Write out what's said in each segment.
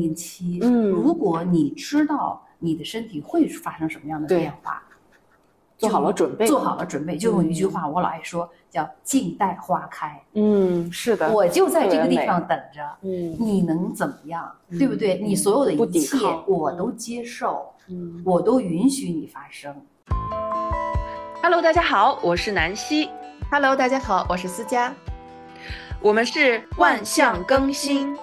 年期，如果你知道你的身体会发生什么样的变化， 做好了准备， 就用一句话我老爱说，叫静待花开。 是的， 我就在这个地方等着，你能怎么样，对不对？你所有的一切我都接受，我都允许你发生。 Hello， 大家好，我是南希。 Hello， 大家好，我是思佳。 我们是万象更新。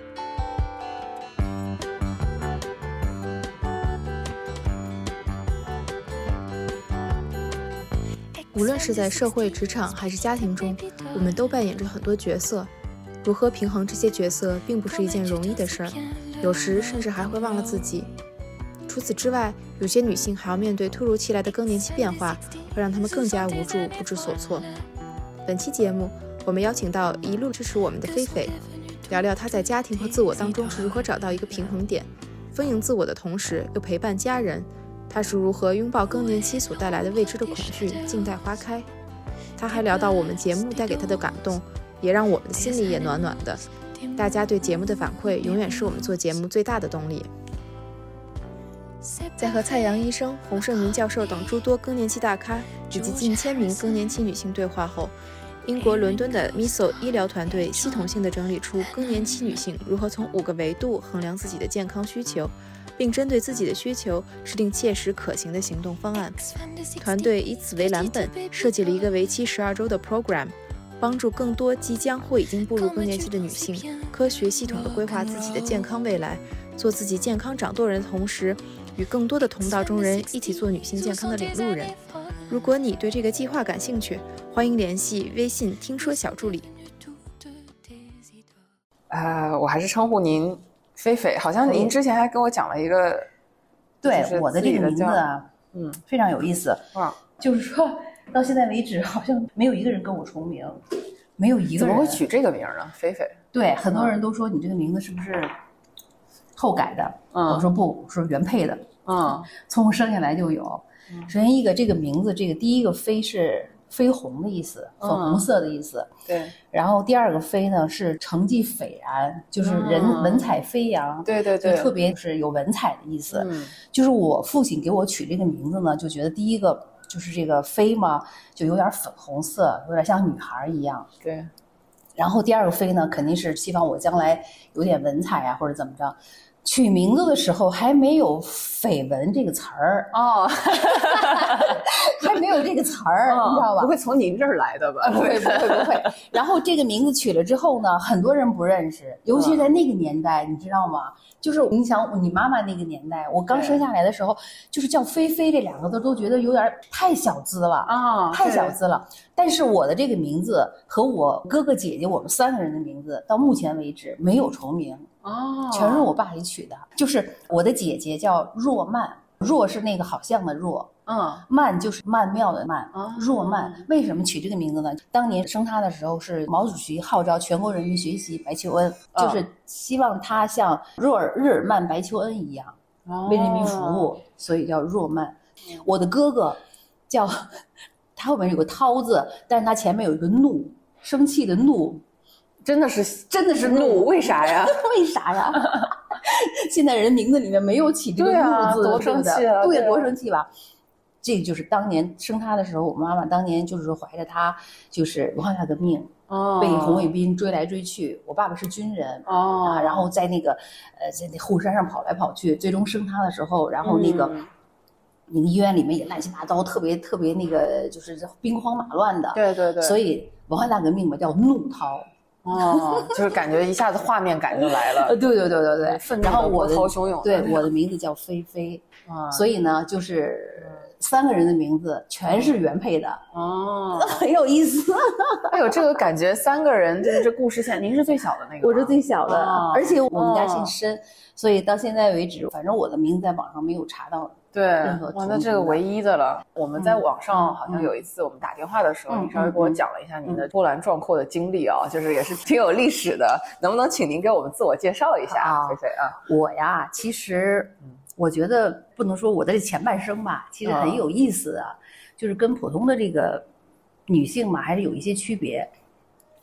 无论是在社会、职场还是家庭中，我们都扮演着很多角色。如何平衡这些角色，并不是一件容易的事儿，有时甚至还会忘了自己。除此之外，有些女性还要面对突如其来的更年期变化，会让她们更加无助、不知所措。本期节目，我们邀请到一路支持我们的菲菲，聊聊她在家庭和自我当中是如何找到一个平衡点，丰盈自我的同时又陪伴家人。她是如何拥抱更年期所带来的未知的恐惧，静待花开。她还聊到我们节目带给她的感动，也让我们的心里也暖暖的。大家对节目的反馈永远是我们做节目最大的动力。在和蔡阳医生、洪胜民教授等诸多更年期大咖以及近1000名更年期女性对话后，英国伦敦的 Miso 医疗团队系统性地整理出更年期女性如何从5个维度衡量自己的健康需求，并针对自己的需求制定切实可行的行动方案。团队以此为蓝本，设计了一个为期12周的 program， 帮助更多即将或已经步入更年期的女性科学系统地规划自己的健康未来，做自己健康掌舵人的同时，与更多的同道中人一起做女性健康的领路人。如果你对这个计划感兴趣，欢迎联系微信听说小助理。 我还是称呼您菲菲，好像您之前还跟我讲了一个， 对，我的这个名字啊，非常有意思。就是说到现在为止，好像没有一个人跟我重名，没有一个人。 怎么会取这个名呢？菲菲？ 对，很多人都说你这个名字是不是后改的？我说不，我说原配的。从我生下来就有。首先这个名字，这个第一个飞是绯红的意思，粉红色的意思。 对。 然后第二个飞呢是成绩斐然，就是文采飞扬。 对， 就特别是有文采的意思。就是我父亲给我取这个名字呢，就觉得第一个就是这个飞嘛，就有点粉红色，有点像女孩一样。 对。 然后第二个飞呢，肯定是希望我将来有点文采啊，或者怎么着。取名字的时候还没有绯闻这个词儿还没有这个词儿，你知道吧？ 不会从您这儿来的吧？ 不会。然后这个名字取了之后呢，很多人不认识，尤其在那个年代，你知道吗？就是你想你妈妈那个年代，我刚生下来的时候，就是叫菲菲这2个字都觉得有点太小资了太小资了。但是我的这个名字和我哥哥姐姐我们3个人的名字到目前为止没有重名。全是我爸给取的。就是我的姐姐叫若曼，若是那个好像的若，曼就是曼妙的曼，若曼。为什么取这个名字呢？当年生她的时候是毛主席号召全国人民学习白求恩，就是希望她像日耳曼白求恩一样为人民服务，所以叫若曼。我的哥哥叫他后面有个涛字，但是他前面有一个怒，生气的怒。 真的是怒，为啥呀？ 为啥呀？现在人名字里面没有起这个怒字， 多生气啊！ 对，多生气吧。这个就是当年生他的时候，我妈妈当年就是怀着他，就是文化大革命，被红卫兵追来追去。我爸爸是军人然后在那个在那后山上跑来跑去，最终生他的时候，然后那个医院里面也乱七八糟，特别那个就是兵荒马乱的。 对。 所以文化大革命嘛叫怒涛。 就是感觉一下子画面感就来了。 对，然后波涛汹涌。 对，我的名字叫菲菲所以呢，就是3个人的名字全是原配的很有意思。 哎呦，这个感觉3个人就是这故事线，您是最小的那个？ 我是最小的，而且我们家姓申，所以到现在为止，反正我的名字在网上没有查到。 对，哇，那这个唯一的了。我们在网上好像有一次我们打电话的时候，你稍微给我讲了一下您的波澜壮阔的经历就是也是挺有历史的。能不能请您给我们自我介绍一下？菲菲我呀，其实我觉得不能说我的前半生吧，其实很有意思就是跟普通的这个女性嘛，还是有一些区别。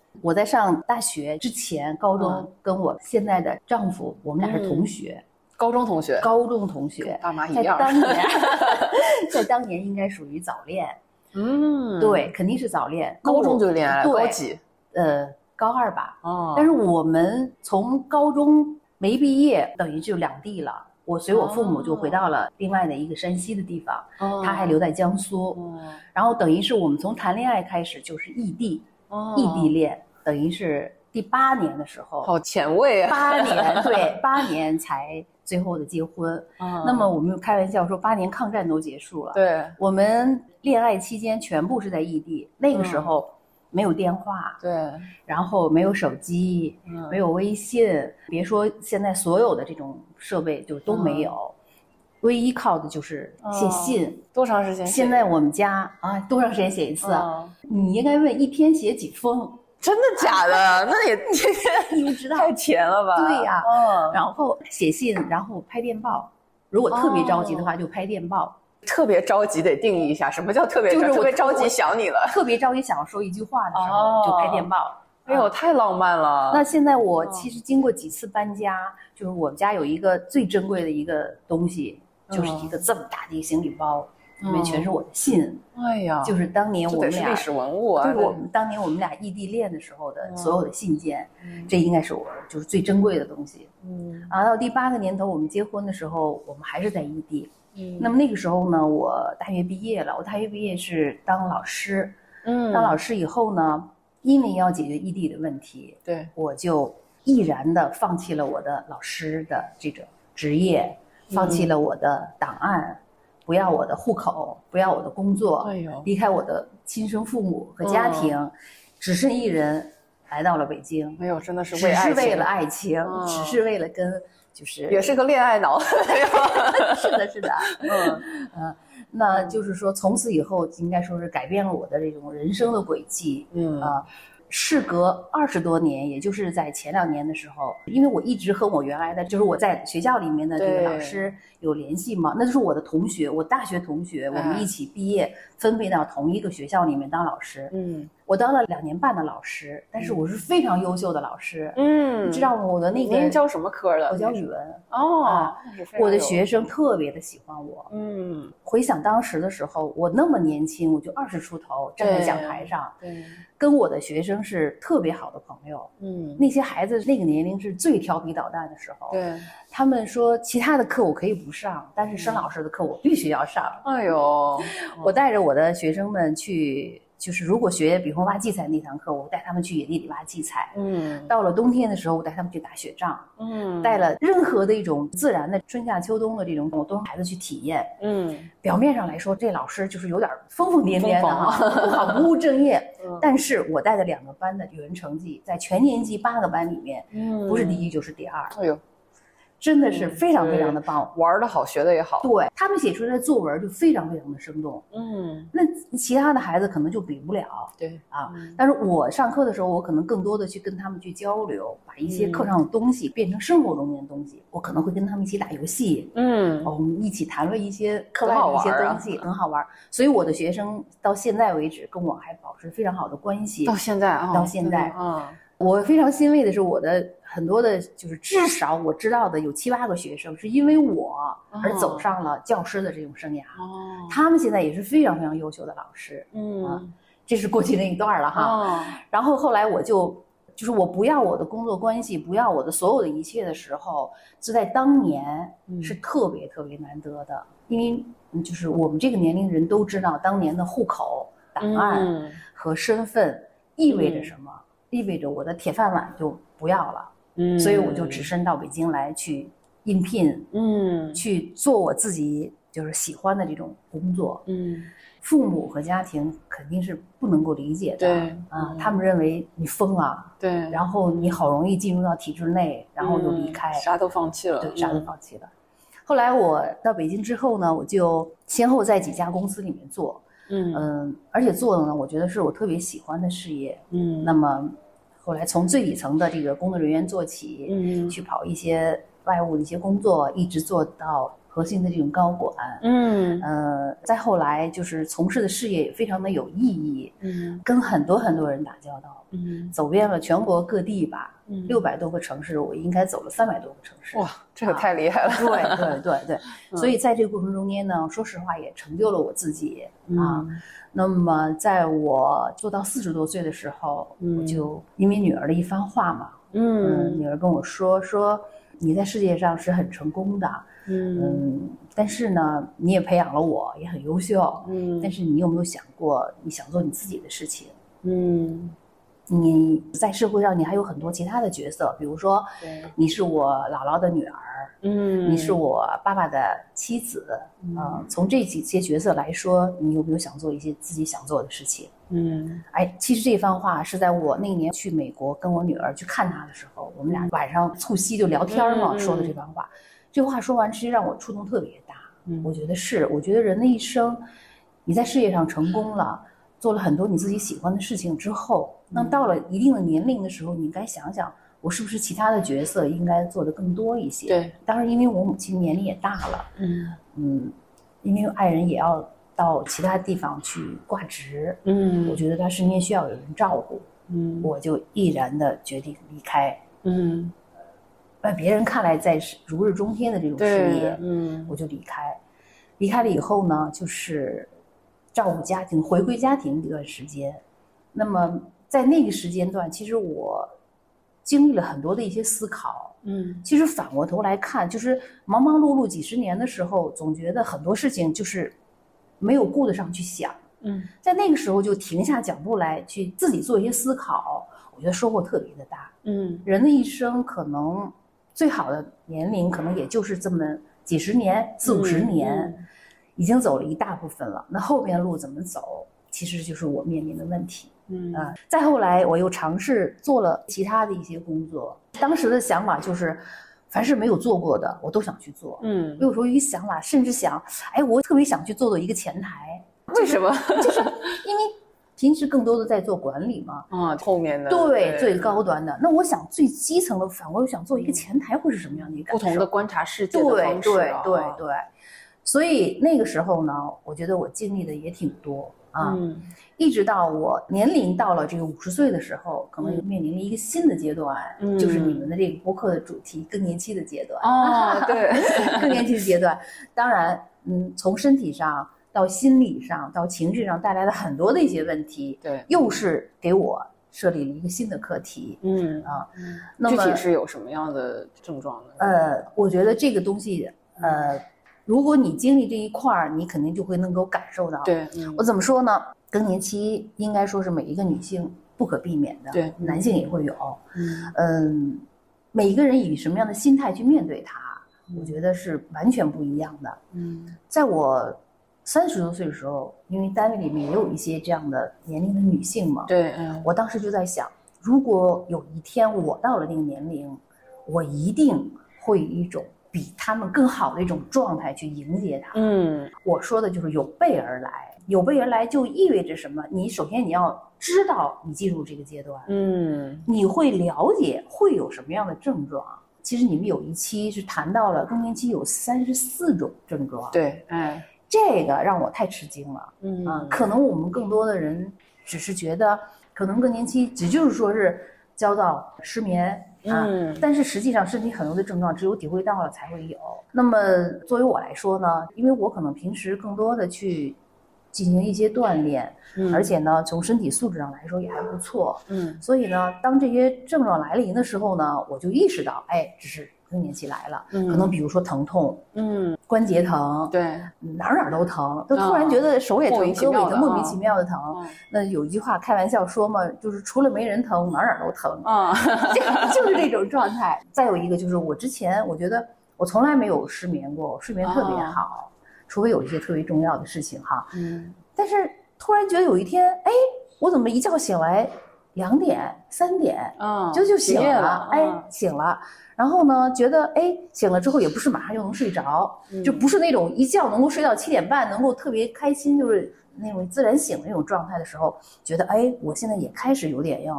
我在上大学之前，高中跟我现在的丈夫，我们俩是同学， 高中同学， 高中同学， 爸妈一样。 在当年应该属于早恋，对，肯定是早恋。 高中就恋爱了，高几？ 高2吧。但是我们从高中没毕业，等于就两地了。我随我父母就回到了另外的一个山西的地方，他还留在江苏。然后等于是我们从谈恋爱开始就是异地恋，等于是第8年的时候。 好前卫啊 ！8年，对，8年才最后的结婚。那么我们开玩笑说，8年抗战都结束了。 对， 我们恋爱期间全部是在异地，那个时候没有电话， 对， 然后没有手机，没有微信，别说现在所有的这种设备就都没有，唯一靠的就是写信。 多长时间？ 现在我们家多长时间写一次啊？你应该问一天写几封？ 真的假的？那也你们知道太甜了吧？ 对呀，然后写信，然后拍电报，如果特别着急的话就拍电报。 特别着急得定义一下，什么叫特别着急？ 就是特别着急想你了， 特别着急想说一句话的时候就拍电报。 哎呦，太浪漫了。 那现在我其实经过几次搬家，就是我们家有一个最珍贵的一个东西，就是一个这么大的一个行李包，里面全是我的信。 哎呀， 就是当年我们俩历史文物啊， 就是我们当年我们俩异地恋的时候的所有的信件，这应该是我就是最珍贵的东西。到第8个年头我们结婚的时候，我们还是在异地。那么那个时候呢，我大学毕业了。我大学毕业是当老师，当老师以后呢，因为要解决异地的问题， 对， 我就毅然的放弃了我的老师的这种职业，放弃了我的档案，不要我的户口，不要我的工作，离开我的亲生父母和家庭，只身一人来到了北京。 没有，真的是只是为了爱情，只是为了跟。就是也是个恋爱脑， 是的，是的，那就是说，从此以后应该说是改变了我的这种人生的轨迹。事隔20多年，也就是在前2年的时候，因为我一直和我原来的就是我在学校里面的这个老师有联系嘛，那就是我的同学，我大学同学，我们一起毕业，分配到同一个学校里面当老师。我当了2年半的老师，但是我是非常优秀的老师。你知道我的那个您教什么科的？ 我教语文。 我的学生特别的喜欢我。回想当时的时候，我那么年轻，我就20出头，站在讲台上，跟我的学生是特别好的朋友。那些孩子那个年龄是最调皮捣蛋的时候。他们说其他的课我可以不上，但是申老师的课我必须要上。 哎呦， 我带着我的学生们去。就是如果学比方挖荠菜那堂课，我带他们去野地里挖荠菜。到了冬天的时候，我带他们去打雪仗。带了任何的一种自然的春夏秋冬的这种，我都让孩子去体验。表面上来说，这老师就是有点疯疯癫癫的好不务正业。但是我带的2个班的语文成绩，在全年级8个班里面，不是第1就是第2。 哎呦。 真的是非常非常的棒， 玩的好，学的也好。 对，他们写出来的作文就非常非常的生动。那其他的孩子可能就比不了。 对但是我上课的时候，我可能更多的去跟他们去交流，把一些课上的东西变成生活中间的东西。我可能会跟他们一起打游戏。我们一起谈论一些课外的一些东西，很好玩。所以我的学生到现在为止跟我还保持非常好的关系。 到现在我非常欣慰的是，我的很多的，就是至少我知道的有7、8个学生是因为我而走上了教师的这种生涯。他们现在也是非常非常优秀的老师。这是过去那一段了哈。然后后来我就是我不要我的工作关系，不要我的所有的一切的时候，就在当年是特别特别难得的。因为就是我们这个年龄人都知道，当年的户口、档案和身份意味着什么。意味着我的铁饭碗就不要了。所以我就只身到北京来去应聘，去做我自己就是喜欢的这种工作。父母和家庭肯定是不能够理解的。他们认为你疯了。然后你好容易进入到体制内，然后就离开， 啥都放弃了。 对，啥都放弃了。后来我到北京之后呢，我就先后在几家公司里面做。而且做的呢，我觉得是我特别喜欢的事业。那么后来从最底层的这个工作人员做起，去跑一些外务的一些工作，一直做到核心的这种高管。再后来就是从事的事业也非常的有意义。跟很多人打交道。走遍了全国各地吧。600多个城市，我应该走了300多个城市。 哇，这个太厉害了。 对。所以在这个过程中间呢，说实话也成就了我自己啊。那么在我做到40多岁的时候，我就因为女儿的一番话嘛，女儿跟我说你在世界上是很成功的，但是呢，你也培养了我，也很优秀，但是你有没有想过，你想做你自己的事情？你在社会上你还有很多其他的角色，比如说你是我姥姥的女儿，你是我爸爸的妻子，从这几些角色来说，你有没有想做一些自己想做的事情？其实这番话是在我那年去美国跟我女儿去看她的时候，我们俩晚上促膝就聊天嘛，说的这番话。这话说完，其实让我触动特别大。我觉得人的一生，你在事业上成功了，做了很多你自己喜欢的事情之后，那到了一定的年龄的时候，你应该想想，我是不是其他的角色应该做得更多一些？对，当然因为我母亲年龄也大了，因为爱人也要到其他地方去挂职，我觉得他身边需要有人照顾，我就毅然的决定离开，在别人看来在如日中天的这种事业，我就离开。离开了以后呢，就是照顾家庭，回归家庭一段时间。那么在那个时间段，其实我经历了很多的一些思考。其实反过头来看，就是忙忙碌碌几十年的时候，总觉得很多事情就是没有顾得上去想。在那个时候就停下脚步来，去自己做一些思考，我觉得收获特别的大。人的一生可能最好的年龄可能也就是这么几十年，40、50年，已经走了一大部分了。那后边路怎么走，其实就是我面临的问题。再后来我又尝试做了其他的一些工作，当时的想法就是凡是没有做过的我都想去做。有时候一想法甚至想，我特别想去做一个前台。 为什么？ 就是因为平时更多的在做管理嘛， 后面的对最高端的。那我想最基层的，反过来想做一个前台会是什么样的一个感受？ 不同的观察世界的方式。 对。所以那个时候呢，我觉得我经历的也挺多啊。一直到我年龄到了这个50岁的时候，可能又面临了一个新的阶段，就是你们的这个播客的主题更年期的阶段。 对， 更年期的阶段。当然，从身体上到心理上到情绪上带来了很多的一些问题。对，又是给我设立了一个新的课题。那么具体是有什么样的症状呢？ 我觉得这个东西，如果你经历这一块，你肯定就会能够感受到。对，我怎么说呢？更年期应该说是每一个女性不可避免的，对，男性也会有。每一个人以什么样的心态去面对它，我觉得是完全不一样的。在我30多岁的时候，因为单位里面也有一些这样的年龄的女性嘛，对，我当时就在想，如果有一天我到了那个年龄，我一定会以一种比他们更好的一种状态去迎接他。我说的就是有备而来。有备而来就意味着什么？你首先你要知道你进入这个阶段，你会了解会有什么样的症状。其实你们有一期是谈到了更年期有34种症状。对，这个让我太吃惊了。可能我们更多的人只是觉得，可能更年期只就是说是焦躁、失眠。但是实际上身体很多的症状只有体会到了才会有。那么作为我来说呢，因为我可能平时更多的去进行一些锻炼，而且呢从身体素质上来说也还不错。所以呢当这些症状来临的时候呢，我就意识到这是更年期来了。可能比如说疼痛，关节疼，对，哪都疼，都突然觉得手也疼，胳膊也疼，莫名其妙的疼。那有一句话开玩笑说嘛，就是除了没人疼，哪都疼。就是这种状态。再有一个就是我之前我觉得我从来没有失眠过，我睡眠特别好。除非有一些特别重要的事情哈，但是突然觉得有一天，我怎么一觉醒来2点、3点，就醒了，醒了。然后呢，觉得醒了之后也不是马上就能睡着，就不是那种一觉能够睡到7点半，能够特别开心，就是那种自然醒的那种状态的时候，觉得我现在也开始有点要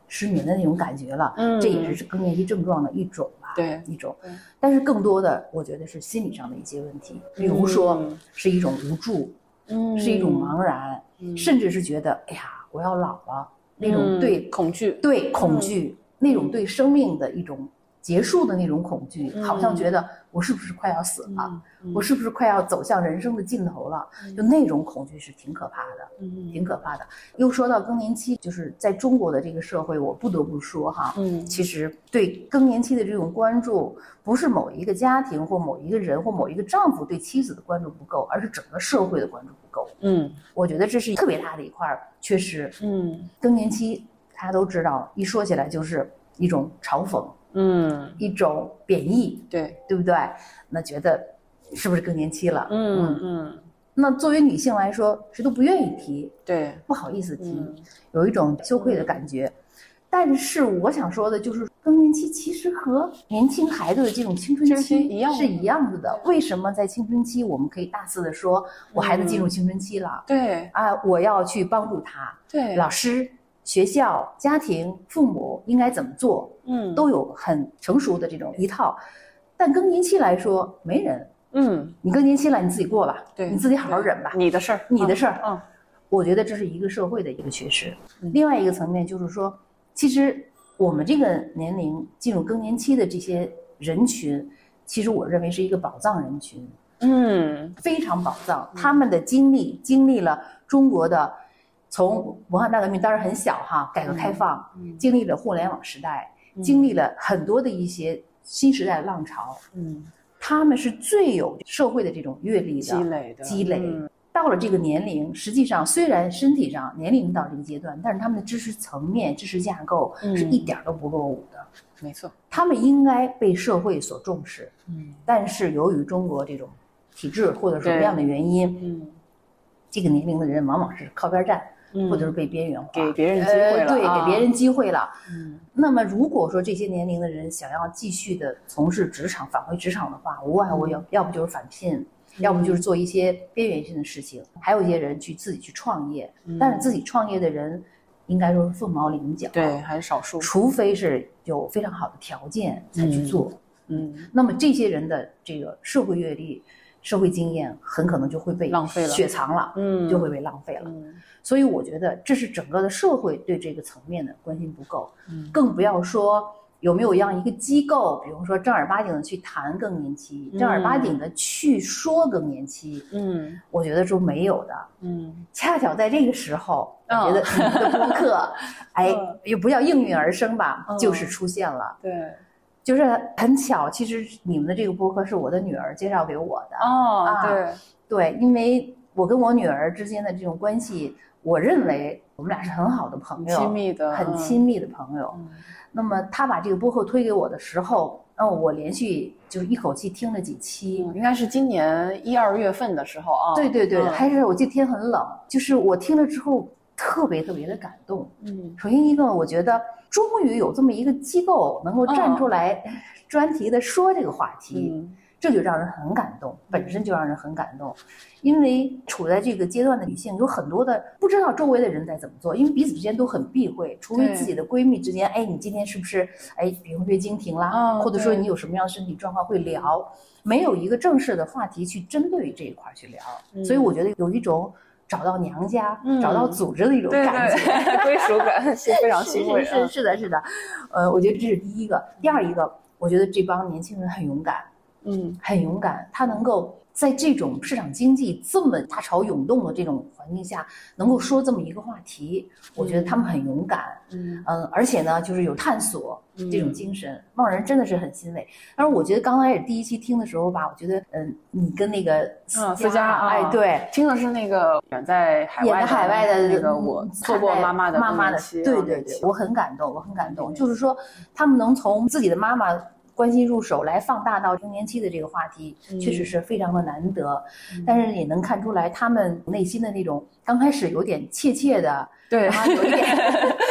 失眠的那种感觉了，这也是更年期症状的一种吧， 对， 一种。但是更多的，我觉得是心理上的一些问题，比如说是一种无助，是一种茫然，甚至是觉得，哎呀，我要老了那种对恐惧， 对恐惧，那种对生命的一种结束的那种恐惧，好像觉得我是不是快要死了，我是不是快要走向人生的尽头了，就那种恐惧是挺可怕的，挺可怕的。又说到更年期，就是在中国的这个社会，我不得不说哈，其实对更年期的这种关注，不是某一个家庭或某一个人或某一个丈夫对妻子的关注不够，而是整个社会的关注不够。我觉得这是特别大的一块缺失。更年期大家都知道，一说起来就是一种嘲讽，一种贬义，对不对？那觉得是不是更年期了？那作为女性来说，谁都不愿意提， 对， 不好意思提，有一种羞愧的感觉。但是我想说的就是，更年期其实和年轻孩子的这种青春期是一样的。为什么在青春期我们可以大肆的说，我孩子进入青春期了， 对啊，我要去帮助他， 对， 老师、学校、家庭、父母应该怎么做，都有很成熟的这种一套。但更年期来说，没人，你更年期了，你自己过吧， 对， 你自己好好忍吧， 你的事儿， 你的事儿。我觉得这是一个社会的一个缺失。另外一个层面就是说，其实我们这个年龄进入更年期的这些人群，其实我认为是一个宝藏人群，非常宝藏。他们的经历了中国的从文化大革命，当然很小哈，改革开放，经历了互联网时代，经历了很多的一些新时代的浪潮，他们是最有社会的这种阅历的积累。到了这个年龄，实际上虽然身体上年龄到这个阶段，但是他们的知识层面、知识架构是一点都不落伍的。 没错， 他们应该被社会所重视。但是由于中国这种体制或者什么样的原因，这个年龄的人往往是靠边站，或者是被边缘化， 给别人机会了， 对，给别人机会了。那么如果说这些年龄的人想要继续的从事职场、返回职场的话，无外乎要不就是返聘，要不就是做一些边缘性的事情，还有一些人自己去创业。但是自己创业的人应该说是凤毛麟角， 对，还是少数， 除非是有非常好的条件才去做。那么这些人的这个社会阅历、社会经验很可能就会被浪费了， 雪藏了，就会被浪费了。所以我觉得这是整个的社会对这个层面的关心不够，更不要说有没有让一个机构，比如说正儿八经的去谈更年期，正儿八经的去说更年期，我觉得是没有的。恰巧在这个时候，我觉得你们的播客，也不叫应运而生吧，就是出现了。 对， 就是很巧，其实你们的这个播客是我的女儿介绍给我的。对，因为我跟我女儿之间的这种关系，我认为我们俩是很好的朋友，很亲密的朋友。那么他把这个播客推给我的时候，我连续就是一口气听了几期， 应该是今年1、2月份的时候啊。 对，还是我记得天很冷，就是我听了之后特别的感动。首先一个，我觉得终于有这么一个机构能够站出来专题的说这个话题。这就让人很感动，本身就让人很感动。因为处在这个阶段的女性有很多的不知道周围的人在怎么做，因为彼此之间都很避讳，除非自己的闺蜜之间，你今天是不是比如月经停啦，或者说你有什么样的身体状况会聊，没有一个正式的话题去针对这一块去聊。所以我觉得有一种找到娘家、找到组织的一种感觉， 归属感是非常欣慰。 是的。我觉得这是第一个。第二一个，我觉得这帮年轻人很勇敢。很勇敢，他能够在这种市场经济这么大潮涌动的这种环境下，能够说这么一个话题，我觉得他们很勇敢。而且呢，就是有探索这种精神，让人真的是很欣慰。但是我觉得刚开始第一期听的时候吧，我觉得你跟那个思佳对， 听的是那个远在海外的那个我做过妈妈的对，我很感动，就是说他们能从自己的妈妈关心入手来放大到更年期的这个话题，确实是非常的难得。但是也能看出来他们内心的那种刚开始有点怯的， 对， 有一点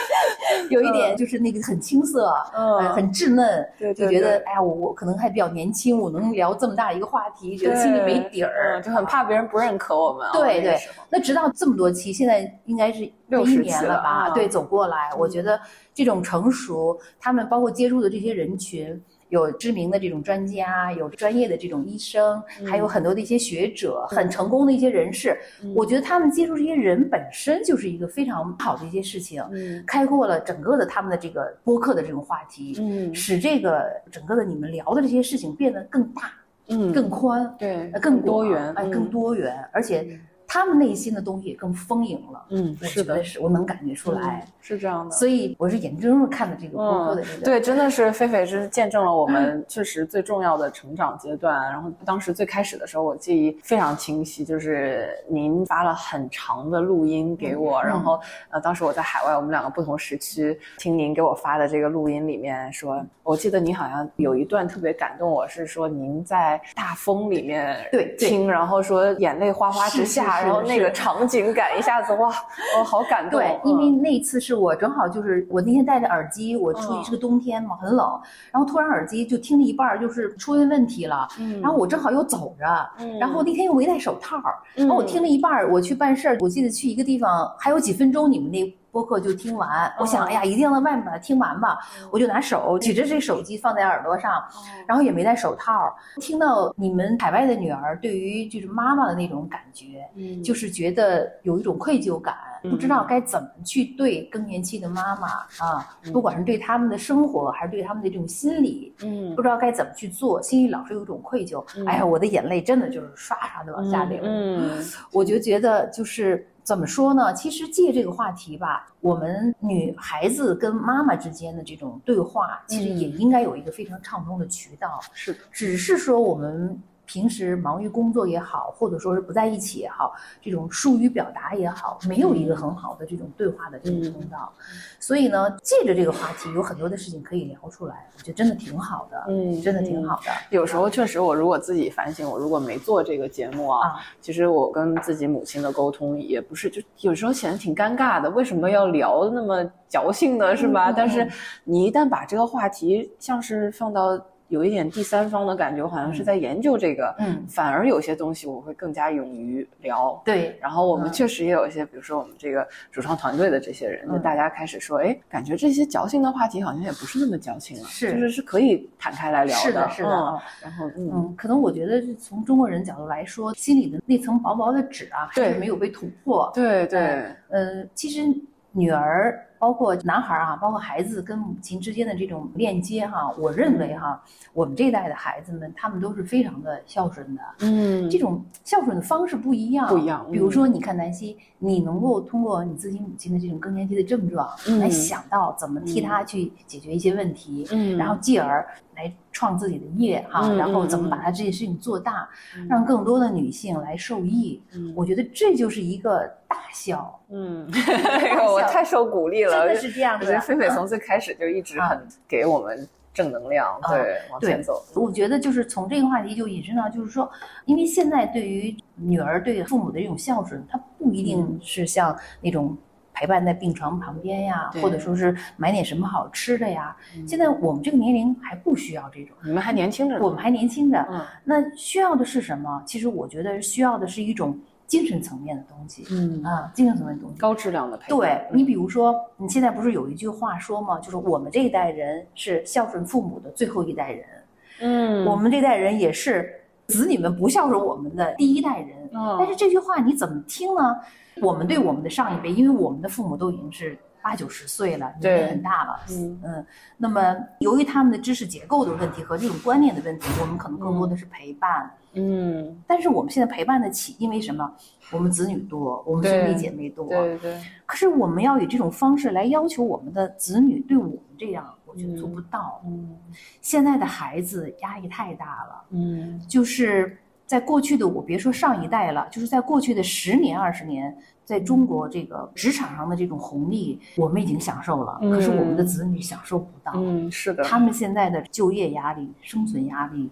有一点就是那个很青涩，很稚嫩， 对， 就觉得哎呀，我可能还比较年轻，我能聊这么大一个话题，觉得心里没底儿， 就很怕别人不认可我们。 对对，那直到这么多期，现在应该是61年了吧？对，走过来，我觉得这种成熟，他们包括接触的这些人群。有知名的这种专家，有专业的这种医生，还有很多的一些学者，很成功的一些人士。我觉得他们接触这些人本身就是一个非常好的一些事情，开阔了整个的他们的这个播客的这种话题，使这个整个的你们聊的这些事情变得更大，更宽， 对， 更多元， 更多元，而且他们内心的东西也更丰盈了。 是的， 我能感觉出来， 是这样的。 所以我是眼睁睁的看着这个播客的这个， 对，真的是菲菲是见证了我们确实最重要的成长阶段。然后当时最开始的时候，我记忆非常清晰，就是您发了很长的录音给我，然后当时我在海外，我们2个不同时区，听您给我发的这个录音里面说，我记得您好像有一段特别感动我，是说您在大风里面听，然后说眼泪哗哗直下。然后那个场景感一下子哇，我好感动。 对，因为那一次是我正好就是我那天戴着耳机，我出去是个冬天嘛，很冷，然后突然耳机就听了一半就是出现问题了，然后我正好又走着，然后那天又没戴手套，然后我听了一半，我去办事儿，我记得去一个地方还有几分钟，你们那播客就听完，我想哎呀，一定要在外面把它听完吧，我就拿手举着这手机放在耳朵上，然后也没戴手套，听到你们海外的女儿对于就是妈妈的那种感觉，就是觉得有一种愧疚感，不知道该怎么去对更年期的妈妈啊，不管是对他们的生活还是对他们的这种心理，不知道该怎么去做，心里老是有一种愧疚，哎呀，我的眼泪真的就是刷刷的往下流，我就觉得就是怎么说呢？其实借这个话题吧，我们女孩子跟妈妈之间的这种对话，其实也应该有一个非常畅通的渠道。 是的， 只是说我们平时忙于工作也好，或者说是不在一起也好，这种疏于表达也好，没有一个很好的这种对话的这种通道。所以呢，借着这个话题，有很多的事情可以聊出来，我觉得真的挺好的，真的挺好的。 有时候确实，我如果自己反省，我如果没做这个节目其实我跟自己母亲的沟通也不是，就有时候显得挺尴尬的，为什么要聊那么矫情的，是吧？但是你一旦把这个话题像是放到有一点第三方的感觉，我好像是在研究这个，反而有些东西我会更加勇于聊。 对， 然后我们确实也有一些，比如说我们这个主创团队的这些人，就大家开始说，哎，感觉这些矫情的话题好像也不是那么矫情了，就是可以摊开来聊的。 是的， 然后可能我觉得从中国人角度来说，心里的那层薄薄的纸还是没有被突破。 对， 其实女儿包括男孩包括孩子跟母亲之间的这种链接我认为我们这一代的孩子们，他们都是非常的孝顺的。这种孝顺的方式不一样。比如说，你看南希，你能够通过你自己母亲的这种更年期的症状，来想到怎么替她去解决一些问题，然后继而来创自己的业然后怎么把它这些事情做大，让更多的女性来受益。我觉得这就是一个大孝。 我太受鼓励了。 真的是这样的。 我觉得菲菲从最开始就一直很给我们正能量，往前走。 我觉得就是从这个话题就引申到，就是说，因为现在对于女儿对父母的这种孝顺，它不一定是像那种陪伴在病床旁边呀，或者说是买点什么好吃的呀。现在我们这个年龄还不需要这种， 你们还年轻着， 我们还年轻着。那需要的是什么？其实我觉得需要的是一种精神层面的东西，精神层面的东西， 高质量的陪伴。 对，你比如说，你现在不是有一句话说吗？就是我们这一代人是孝顺父母的最后一代人，我们这代人也是子女们不孝顺我们的第一代人。但是这句话你怎么听呢？我们对我们的上一辈，因为我们的父母都已经是80、90岁了，年纪很大了，那么由于他们的知识结构的问题和这种观念的问题，我们可能更多的是陪伴，但是我们现在陪伴得起，因为什么？我们子女多，我们兄弟姐妹多， 对。 可是我们要以这种方式来要求我们的子女对我们这样，我觉得做不到。现在的孩子压力太大了，就是在过去的我别说上一代了，就是在过去的10年、20年。在中国这个职场上的这种红利，我们已经享受了，可是我们的子女享受不到。 是的， 他们现在的就业压力、生存压力，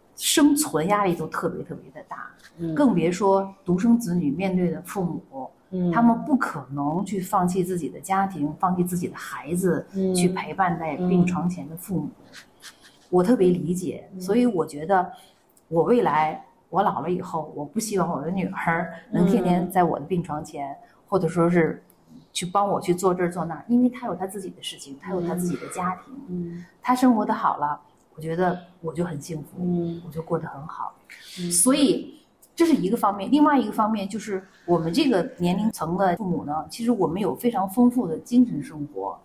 生存压力都特别特别的大，更别说独生子女面对的父母， 他们不可能去放弃自己的家庭，放弃自己的孩子，去陪伴在病床前的父母。我特别理解，所以我觉得我未来我老了以后，我不希望我的女儿能天天在我的病床前，或者说是去帮我去做这做那，因为她有她自己的事情，她有她自己的家庭，她生活的好了，我觉得我就很幸福，我就过得很好。所以这是一个方面，另外一个方面就是我们这个年龄层的父母呢，其实我们有非常丰富的精神生活。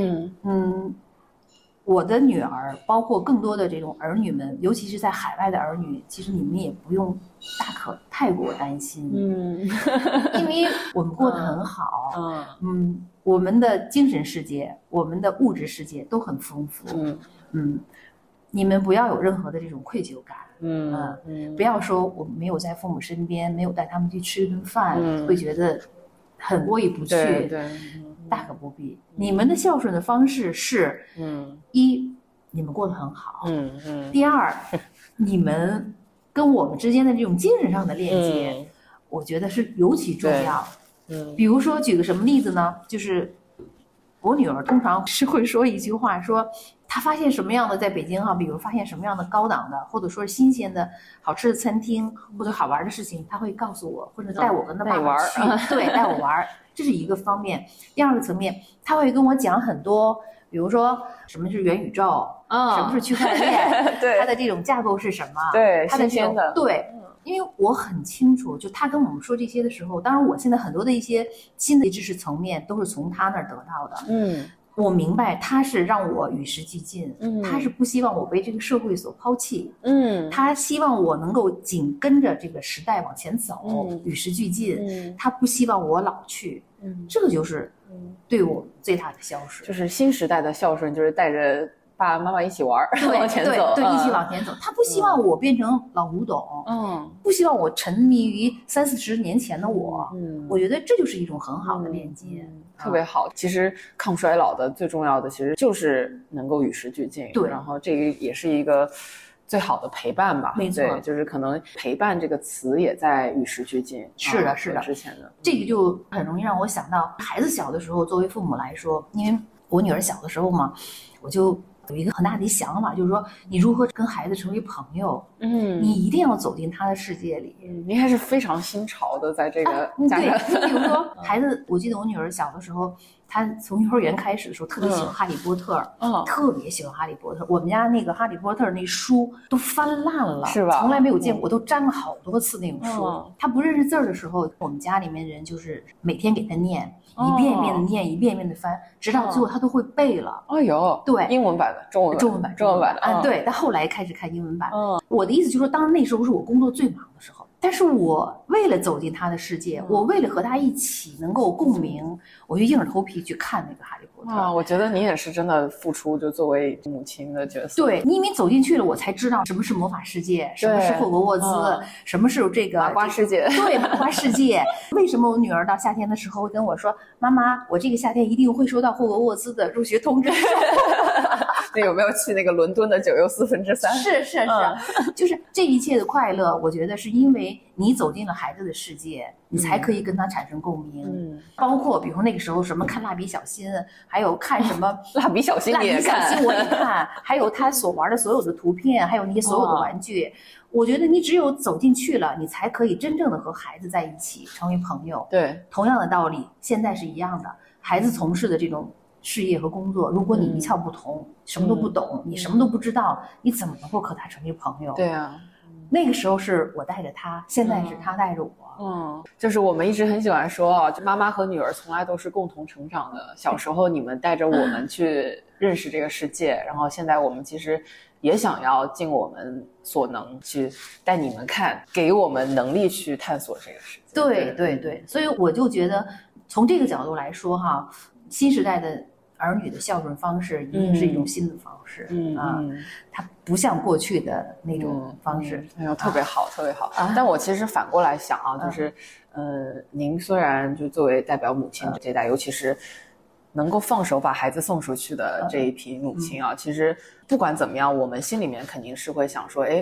我的女儿，包括更多的这种儿女们，尤其是在海外的儿女，其实你们也不用太过担心，因为我们过得很好，我们的精神世界、我们的物质世界都很丰富，你们不要有任何的这种愧疚感，不要说我们没有在父母身边，没有带他们去吃一顿饭，会觉得很过意不去， 对。 大可不必。你们的孝顺的方式是，一，你们过得很好，第二，你们跟我们之间的这种精神上的链接，我觉得是尤其重要。比如说举个什么例子呢？就是我女儿通常是会说一句话，说她发现什么样的在北京比如发现什么样的高档的，或者说是新鲜的好吃的餐厅或者好玩的事情，她会告诉我，或者带我跟她爸爸去，对，带我玩。这是一个方面。第二个层面，他会跟我讲很多，比如说什么是元宇宙，什么是区块链，它的这种架构是什么， 对， 它的新鲜的， 对。因为我很清楚，就他跟我们说这些的时候，当然我现在很多的一些新的知识层面都是从他那儿得到的，我明白他是让我与时俱进，他是不希望我被这个社会所抛弃，他希望我能够紧跟着这个时代往前走，与时俱进，他不希望我老去，这个就是对我最大的孝顺， 就是新时代的孝顺，就是带着爸爸妈妈一起玩，往前走， 对，一起往前走。他不希望我变成老古董，不希望我沉迷于30-40年前的我。我觉得这就是一种很好的链接， 特别好。其实抗衰老的最重要的，其实就是能够与时俱进。 对， 然后这个也是一个最好的陪伴吧。 没错， 对，就是可能陪伴这个词也在与时俱进。 是的，是的。 之前的这个就很容易让我想到，孩子小的时候，作为父母来说，因为我女儿小的时候嘛，我就有一个很大的想法，就是说你如何跟孩子成为朋友，你一定要走进他的世界里。 您还是非常新潮的，在这个家长。对，比如说孩子，我记得我女儿小的时候，她从幼儿园开始的时候特别喜欢哈利波特，特别喜欢哈利波特。我们家那个哈利波特那书都翻烂了， 是吧？ 从来没有见过，我都粘了好多次那种书。她不认识字的时候，我们家里面人就是每天给她念。一遍一遍的念，一遍一遍的翻，直到最后他都会背了。 哎呦， 对， 英文版的、中文版的， 对。他后来开始看英文版。我的意思就是说，当然那时候是我工作最忙的时候，但是我为了走进他的世界，我为了和他一起能够共鸣，我就硬着头皮去看那个哈利波特。 我觉得你也是真的付出，就作为母亲的角色。 对，因为走进去了，我才知道什么是魔法世界，什么是霍格沃兹，什么是这个麻瓜世界。 对，麻瓜世界。为什么我女儿到夏天的时候会跟我说，妈妈，我这个夏天一定会收到霍格沃兹的入学通知书。 那有没有去那个伦敦的9又3/4？ 是，就是这一切的快乐，我觉得是因为你走进了孩子的世界，你才可以跟他产生共鸣。包括比如那个时候什么看蜡笔小新，还有看什么蜡笔小新你也看， 我也看，还有他所玩的所有的图片，还有那些所有的玩具。我觉得你只有走进去了，你才可以真正的和孩子在一起，成为朋友。 对， 同样的道理，现在是一样的。孩子从事的这种事业和工作，如果你一窍不通，什么都不懂，你什么都不知道，你怎么能够和他成为朋友？ 对啊， 那个时候是我带着他，现在是他带着我。 就是我们一直很喜欢说就妈妈和女儿从来都是共同成长的。小时候你们带着我们去认识这个世界，然后现在我们其实也想要尽我们所能去带你们看，给我们能力去探索这个世界。 对，所以我就觉得从这个角度来说新时代的儿女的孝顺方式一定是一种新的方式。它不像过去的那种方式。 特别好，特别好。但我其实反过来想就是您虽然就作为代表母亲这代，尤其是能够放手把孩子送出去的这一批母亲其实不管怎么样，我们心里面肯定是会想说，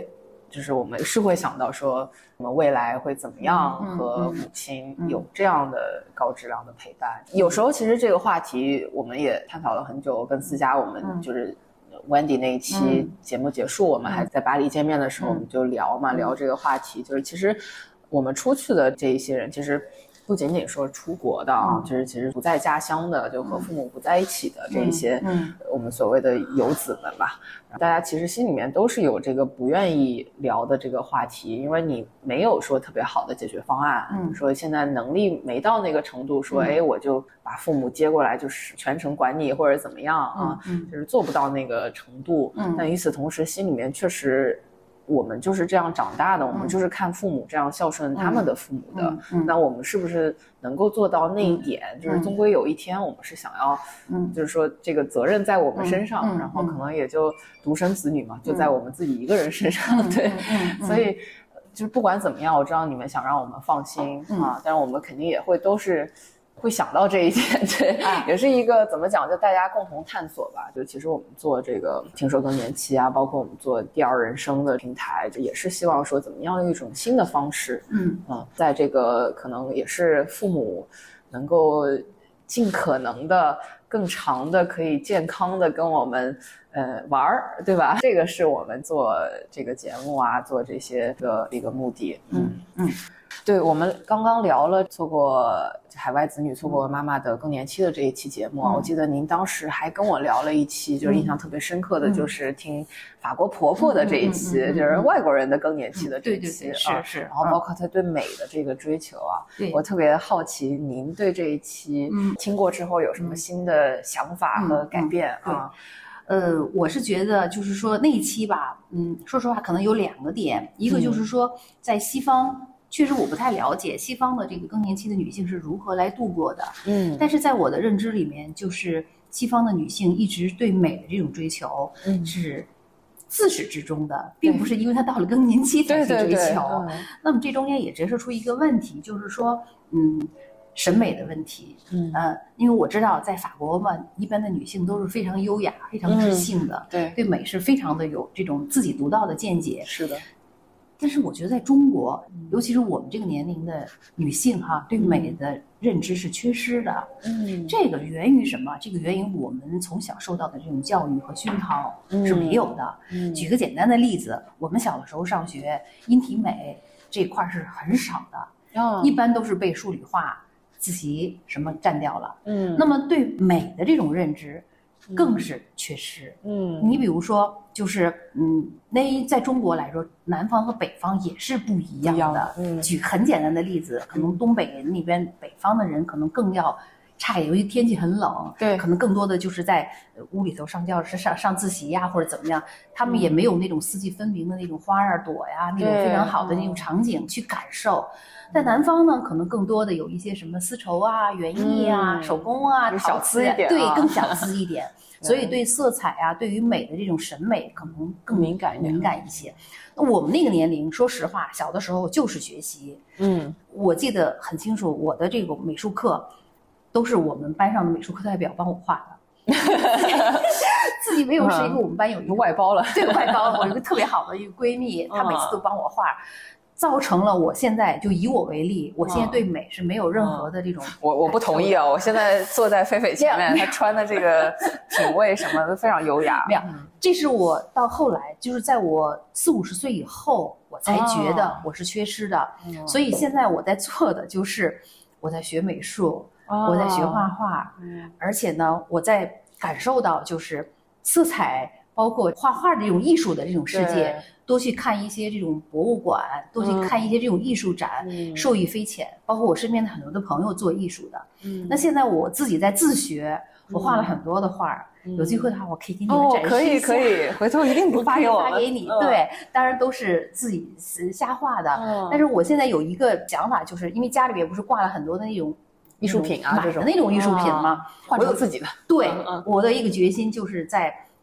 就是我们是会想到说我们未来会怎么样和母亲有这样的高质量的陪伴。有时候其实这个话题我们也探讨了很久，跟思佳我们就是Wendy 那一期节目结束，我们还在巴黎见面的时候，我们就聊这个话题，就是其实我们出去的这一些人，其实不仅仅说出国的啊，就是其实不在家乡的，就和父母不在一起的这一些，我们所谓的游子们吧，大家其实心里面都是有这个不愿意聊的这个话题，因为你没有说特别好的解决方案，说现在能力没到那个程度，说我就把父母接过来就是全程管你或者怎么样啊，就是做不到那个程度，但与此同时心里面确实我们就是这样长大的，我们就是看父母这样孝顺他们的父母的，那我们是不是能够做到那一点，就是终归有一天我们是想要就是说这个责任在我们身上，然后可能也就独生子女嘛，就在我们自己一个人身上，对，所以就是不管怎么样，我知道你们想让我们放心啊，但是我们肯定也会都是会想到这一点，对，也是一个怎么讲，就大家共同探索吧。就其实我们做这个听说更年期啊，包括我们做第二人生的平台，也是希望说怎么样用一种新的方式，在这个可能也是父母能够尽可能的更长的可以健康的跟我们玩儿，对吧？这个是我们做这个节目啊，做这些的一个目的。对，我们刚刚聊了错过海外子女错过妈妈的更年期的这一期节目，我记得您当时还跟我聊了一期，就是印象特别深刻的，就是听法国婆婆的这一期，就是外国人的更年期的这一期， 是， 然后包括她对美的这个追求啊，我特别好奇您对这一期听过之后有什么新的想法和改变啊？ 我是觉得就是说那一期吧，说实话可能有2个点，一个就是说在西方。确实我不太了解西方的这个更年期的女性是如何来度过的，但是在我的认知里面，就是西方的女性一直对美的这种追求是自始至终的，并不是因为她到了更年期才去追求。那么这中间也折射出一个问题，就是说，审美的问题。因为我知道在法国嘛，一般的女性都是非常优雅、非常知性的，对美是非常的有这种自己独到的见解。 是的。 但是我觉得在中国，尤其是我们这个年龄的女性对美的认知是缺失的。这个源于什么？这个源于我们从小受到的这种教育和熏陶是没有的。举个简单的例子，我们小的时候上学，音体美这块是很少的，一般都是被数理化、自习什么占掉了。那么对美的这种认知更是缺失。你比如说就是那在中国来说，南方和北方也是不一样的。举很简单的例子，可能东北那边北方的人可能更要差一点，尤其天气很冷，可能更多的就是在屋里头上教室上自习呀，或者怎么样，他们也没有那种四季分明的那种花啊朵呀，那种非常好的那种场景去感受。在南方呢，可能更多的有一些什么丝绸啊、园艺啊、手工啊、陶瓷啊，对，更小资一点。所以对色彩啊，对于美的这种审美可能更敏感一些。那我们那个年龄，说实话，小的时候就是学习。我记得很清楚，我的这个美术课都是我们班上的美术课代表帮我画的。自己没有，是一个我们班有一个外包了， 对，外包了。我有一个特别好的一个闺蜜，她每次都帮我画。造成了我现在就以我为例，我现在对美是没有任何的这种。 我不同意啊！我现在坐在菲菲前面，她穿的这个品味什么的非常优雅。 没有，这是我到后来，就是在我40、50岁以后，我才觉得我是缺失的。所以现在我在做的就是我在学美术，我在学画画，而且呢，我在感受到就是色彩。包括画画的这种艺术的这种世界，多去看一些这种博物馆，多去看一些这种艺术展，受益匪浅。包括我身边的很多的朋友做艺术的，那现在我自己在自学，我画了很多的画，有机会的话我可以给你们展示一下。 可以，回头一定发给我们。 发给你，对，当然都是自己瞎画的。但是我现在有一个想法，就是因为家里边不是挂了很多的那种艺术品啊， 买的那种艺术品吗？ 换成自己的。 对，我的一个决心就是在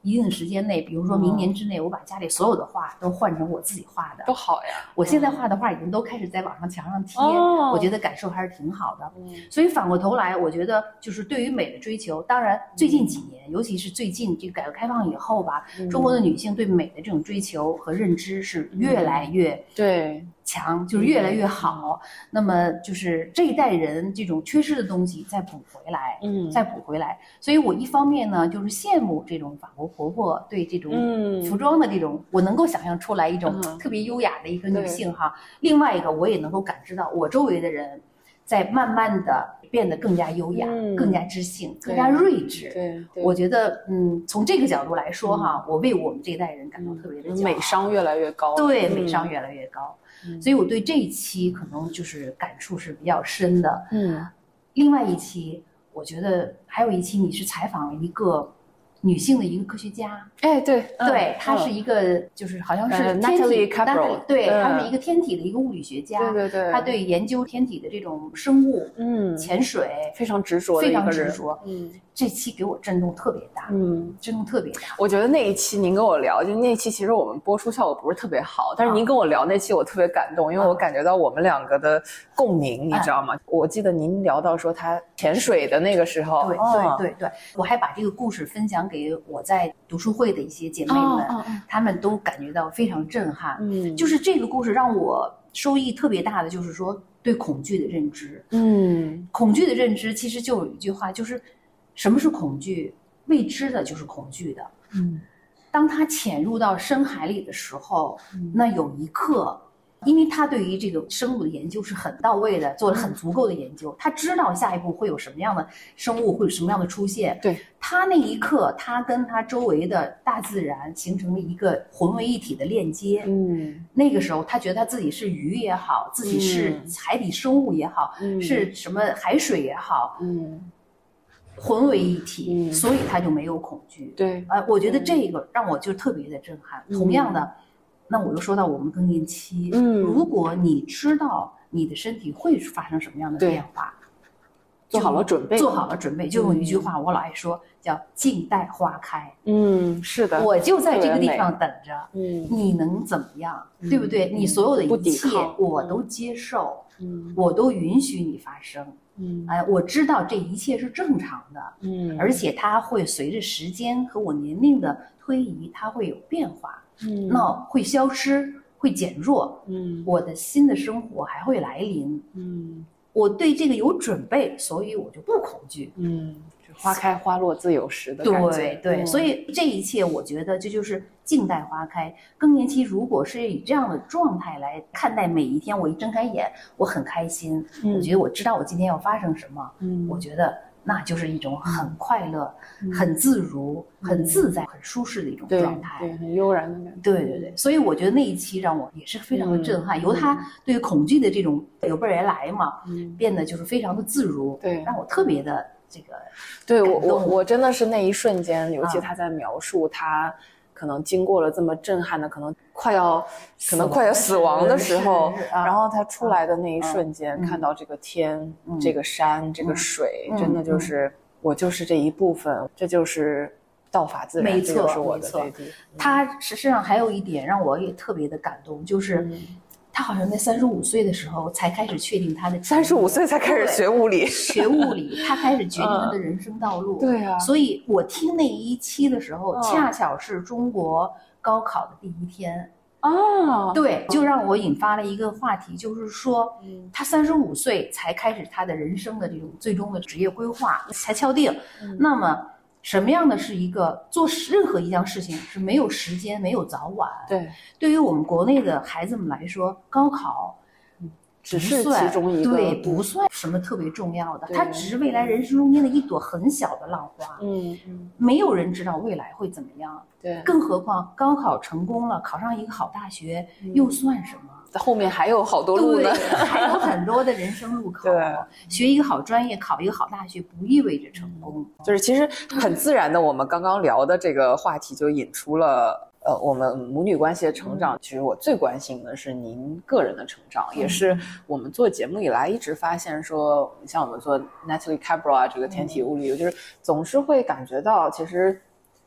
一定的时间内，比如说明年之内，我把家里所有的画都换成我自己画的， 都好呀。 我现在画的画已经都开始在网上墙上贴，我觉得感受还是挺好的。所以反过头来，我觉得就是对于美的追求，当然最近几年，尤其是最近这个改革开放以后吧，中国的女性对美的这种追求和认知是越来越对强，就是越来越好。那么就是这一代人这种缺失的东西再补回来，再补回来。所以我一方面呢，就是羡慕这种法国婆婆对这种服装的这种，我能够想象出来一种特别优雅的一个女性哈。另外一个，我也能够感知到我周围的人在慢慢的变得更加优雅，更加知性，更加睿智。 对， 我觉得从这个角度来说哈，我为我们这一代人感到特别的骄傲。 美商越来越高。 对，美商越来越高。所以我对这一期可能就是感触是比较深的。另外一期我觉得还有一期你是采访了一个女性的一个科学家。 哎，对， 她是一个就是好像是 Natalie Cabrol， 对，她是一个天体的一个物理学家。 对， 她对研究天体的这种生物，潜水非常执着的一个人， 非常执着。这期给我震动特别大，震动特别大。 我觉得那一期您跟我聊，就那一期其实我们播出效果不是特别好，但是您跟我聊那期我特别感动，因为我感觉到我们两个的共鸣，你知道吗？我记得您聊到说他潜水的那个时候， 对，我还把这个故事分享给我在读书会的一些姐妹们，她们都感觉到非常震撼。就是这个故事让我收益特别大的，就是说对恐惧的认知。恐惧的认知其实就有一句话，就是什么是恐惧？未知的就是恐惧的。当他潜入到深海里的时候，那有一刻，因为他对于这个生物的研究是很到位的，做了很足够的研究，他知道下一步会有什么样的生物，会有什么样的出现。 对， 他那一刻，他跟他周围的大自然形成了一个混为一体的链接。那个时候他觉得他自己是鱼也好，自己是海底生物也好，是什么海水也好，混为一体，所以他就没有恐惧。 对， 我觉得这个让我就特别的震撼。同样的，那我又说到我们更年期，如果你知道你的身体会发生什么样的变化， 做好了准备， 就用一句话我老爱说，叫静待花开。 是的， 我就在这个地方等着，你能怎么样，对不对？你所有的一切我都接受，我都允许你发生。我知道这一切是正常的，而且它会随着时间和我年龄的推移，它会有变化，那会消失，会减弱，我的新的生活还会来临，我对这个有准备，所以我就不恐惧， 花开花落自有时的感觉。 对，所以这一切我觉得这就是静待花开。更年期如果是以这样的状态来看待每一天，我一睁开眼我很开心，我觉得我知道我今天要发生什么，我觉得那就是一种很快乐，很自如，很自在，很舒适的一种状态。 对，很悠然的感觉。 对，所以我觉得那一期让我也是非常的震撼，由他对恐惧的这种有备而来嘛，变得就是非常的自如， 对， 让我特别的这个。 对，我真的是那一瞬间，尤其他在描述他可能经过了这么震撼的，可能快要死亡的时候，然后他出来的那一瞬间，看到这个天、这个山、这个水，真的就是我就是这一部分，这就是道法自然， 没错， 这就是我的这地。 他实际上还有一点让我也特别的感动，就是他好像在35岁的时候才开始确定他的 35岁才开始学物理， 他开始决定他的人生道路。 对啊， 所以我听那一期的时候，恰巧是中国高考的第一天。对，就让我引发了一个话题，就是说，他35岁才开始他的人生的这种最终的职业规划才敲定。那么什么样的是一个做任何一项事情是没有时间没有早晚。对于我们国内的孩子们来说，高考只是其中一个， 对，不算什么特别重要的，它只是未来人生中间的一朵很小的浪花。没有人知道未来会怎么样。 对， 更何况高考成功了，考上一个好大学，又算什么？ 后面还有好多路呢， 还有很多的人生路口。学一个好专业，考一个好大学，不意味着成功。 就是其实很自然的，我们刚刚聊的这个话题就引出了我们母女关系的成长。其实我最关心的是您个人的成长，也是我们做节目以来一直发现说，像我们做 Natalie Cabrol 这个天体物理，就是总是会感觉到其实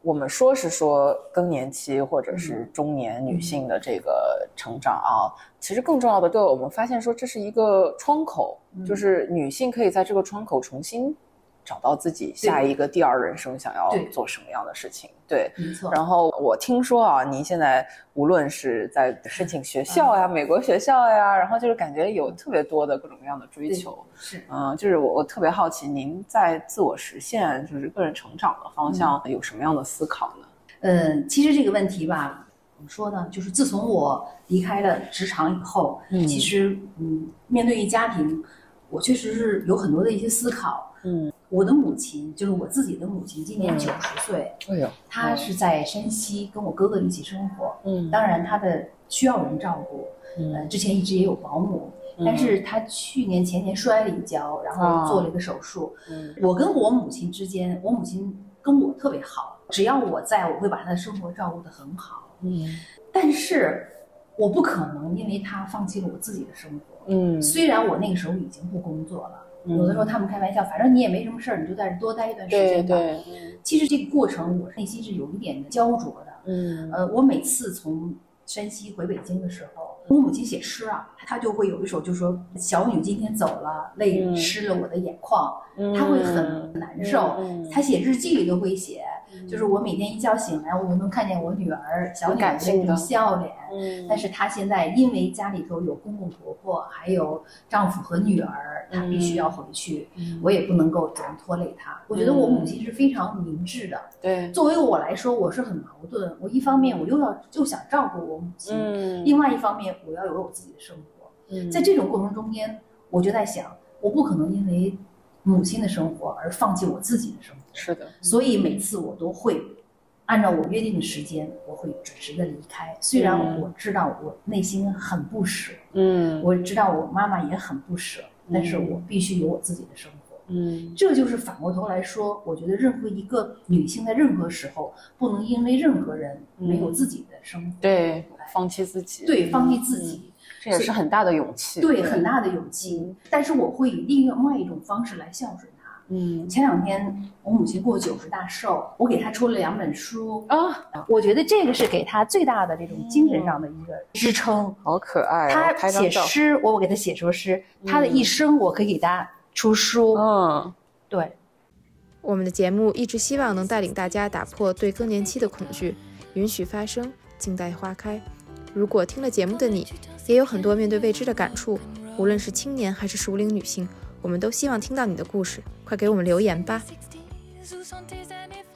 我们说更年期或者是中年女性的这个成长啊，其实更重要的，对，我们发现说这是一个窗口，就是女性可以在这个窗口重新找到自己下一个第二人生想要做什么样的事情。对， 没错。 然后我听说啊，您现在无论是在申请学校呀、美国学校呀，然后就是感觉有特别多的各种各样的追求。 是， 就是我特别好奇，您在自我实现就是个人成长的方向有什么样的思考呢？ 其实这个问题吧，怎么说呢？就是自从我离开了职场以后，其实面对于家庭，我确实是有很多的一些思考。我的母亲就是我自己的母亲，今年90岁，她是在山西跟我哥哥一起生活。当然她的需要人照顾。之前一直也有保姆，但是她去年前年摔了一跤，然后做了一个手术。我跟我母亲之间，我母亲跟我特别好，只要我在，我会把她的生活照顾得很好。但是我不可能因为她放弃了我自己的生活。虽然我那个时候已经不工作了。有的时候他们开玩笑，反正你也没什么事儿，你就在这多待一段时间吧。对，其实这个过程我内心是有一点的焦灼的。我每次从山西回北京的时候，我母亲写诗啊，她就会有一首就说小女今天走了，泪湿了我的眼眶，她会很难受。她写日记里都会写，就是我每天一觉醒来，我能看见我女儿小女儿的那种笑脸。但是她现在因为家里头有公公婆婆，还有丈夫和女儿，她必须要回去，我也不能够总拖累她。我觉得我母亲是非常明智的。对，作为我来说，我是很矛盾。我一方面我又想照顾我母亲，另外一方面我要有我自己的生活。在这种过程中间，我就在想，我不可能因为母亲的生活而放弃我自己的生活。是的，所以每次我都会按照我约定的时间，我会准时的离开。虽然我知道我内心很不舍，我知道我妈妈也很不舍，但是我必须有我自己的生活。这就是反过头来说，我觉得任何一个女性在任何时候不能因为任何人没有自己的生活，对， 放弃自己， 对，放弃自己， 这也是很大的勇气， 对，很大的勇气。但是我会以另外一种方式来孝顺她。前2天我母亲过90大寿，我给她出了2本书啊，我觉得这个是给她最大的这种精神上的一个支撑。 好可爱， 她写诗，我给她写出诗，她的一生我可以给她出书。对。 我们的节目一直希望能带领大家打破对更年期的恐惧，允许发生，静待花开。如果听了节目的你也有很多面对未知的感触，无论是青年还是熟龄女性，我们都希望听到你的故事，快给我们留言吧。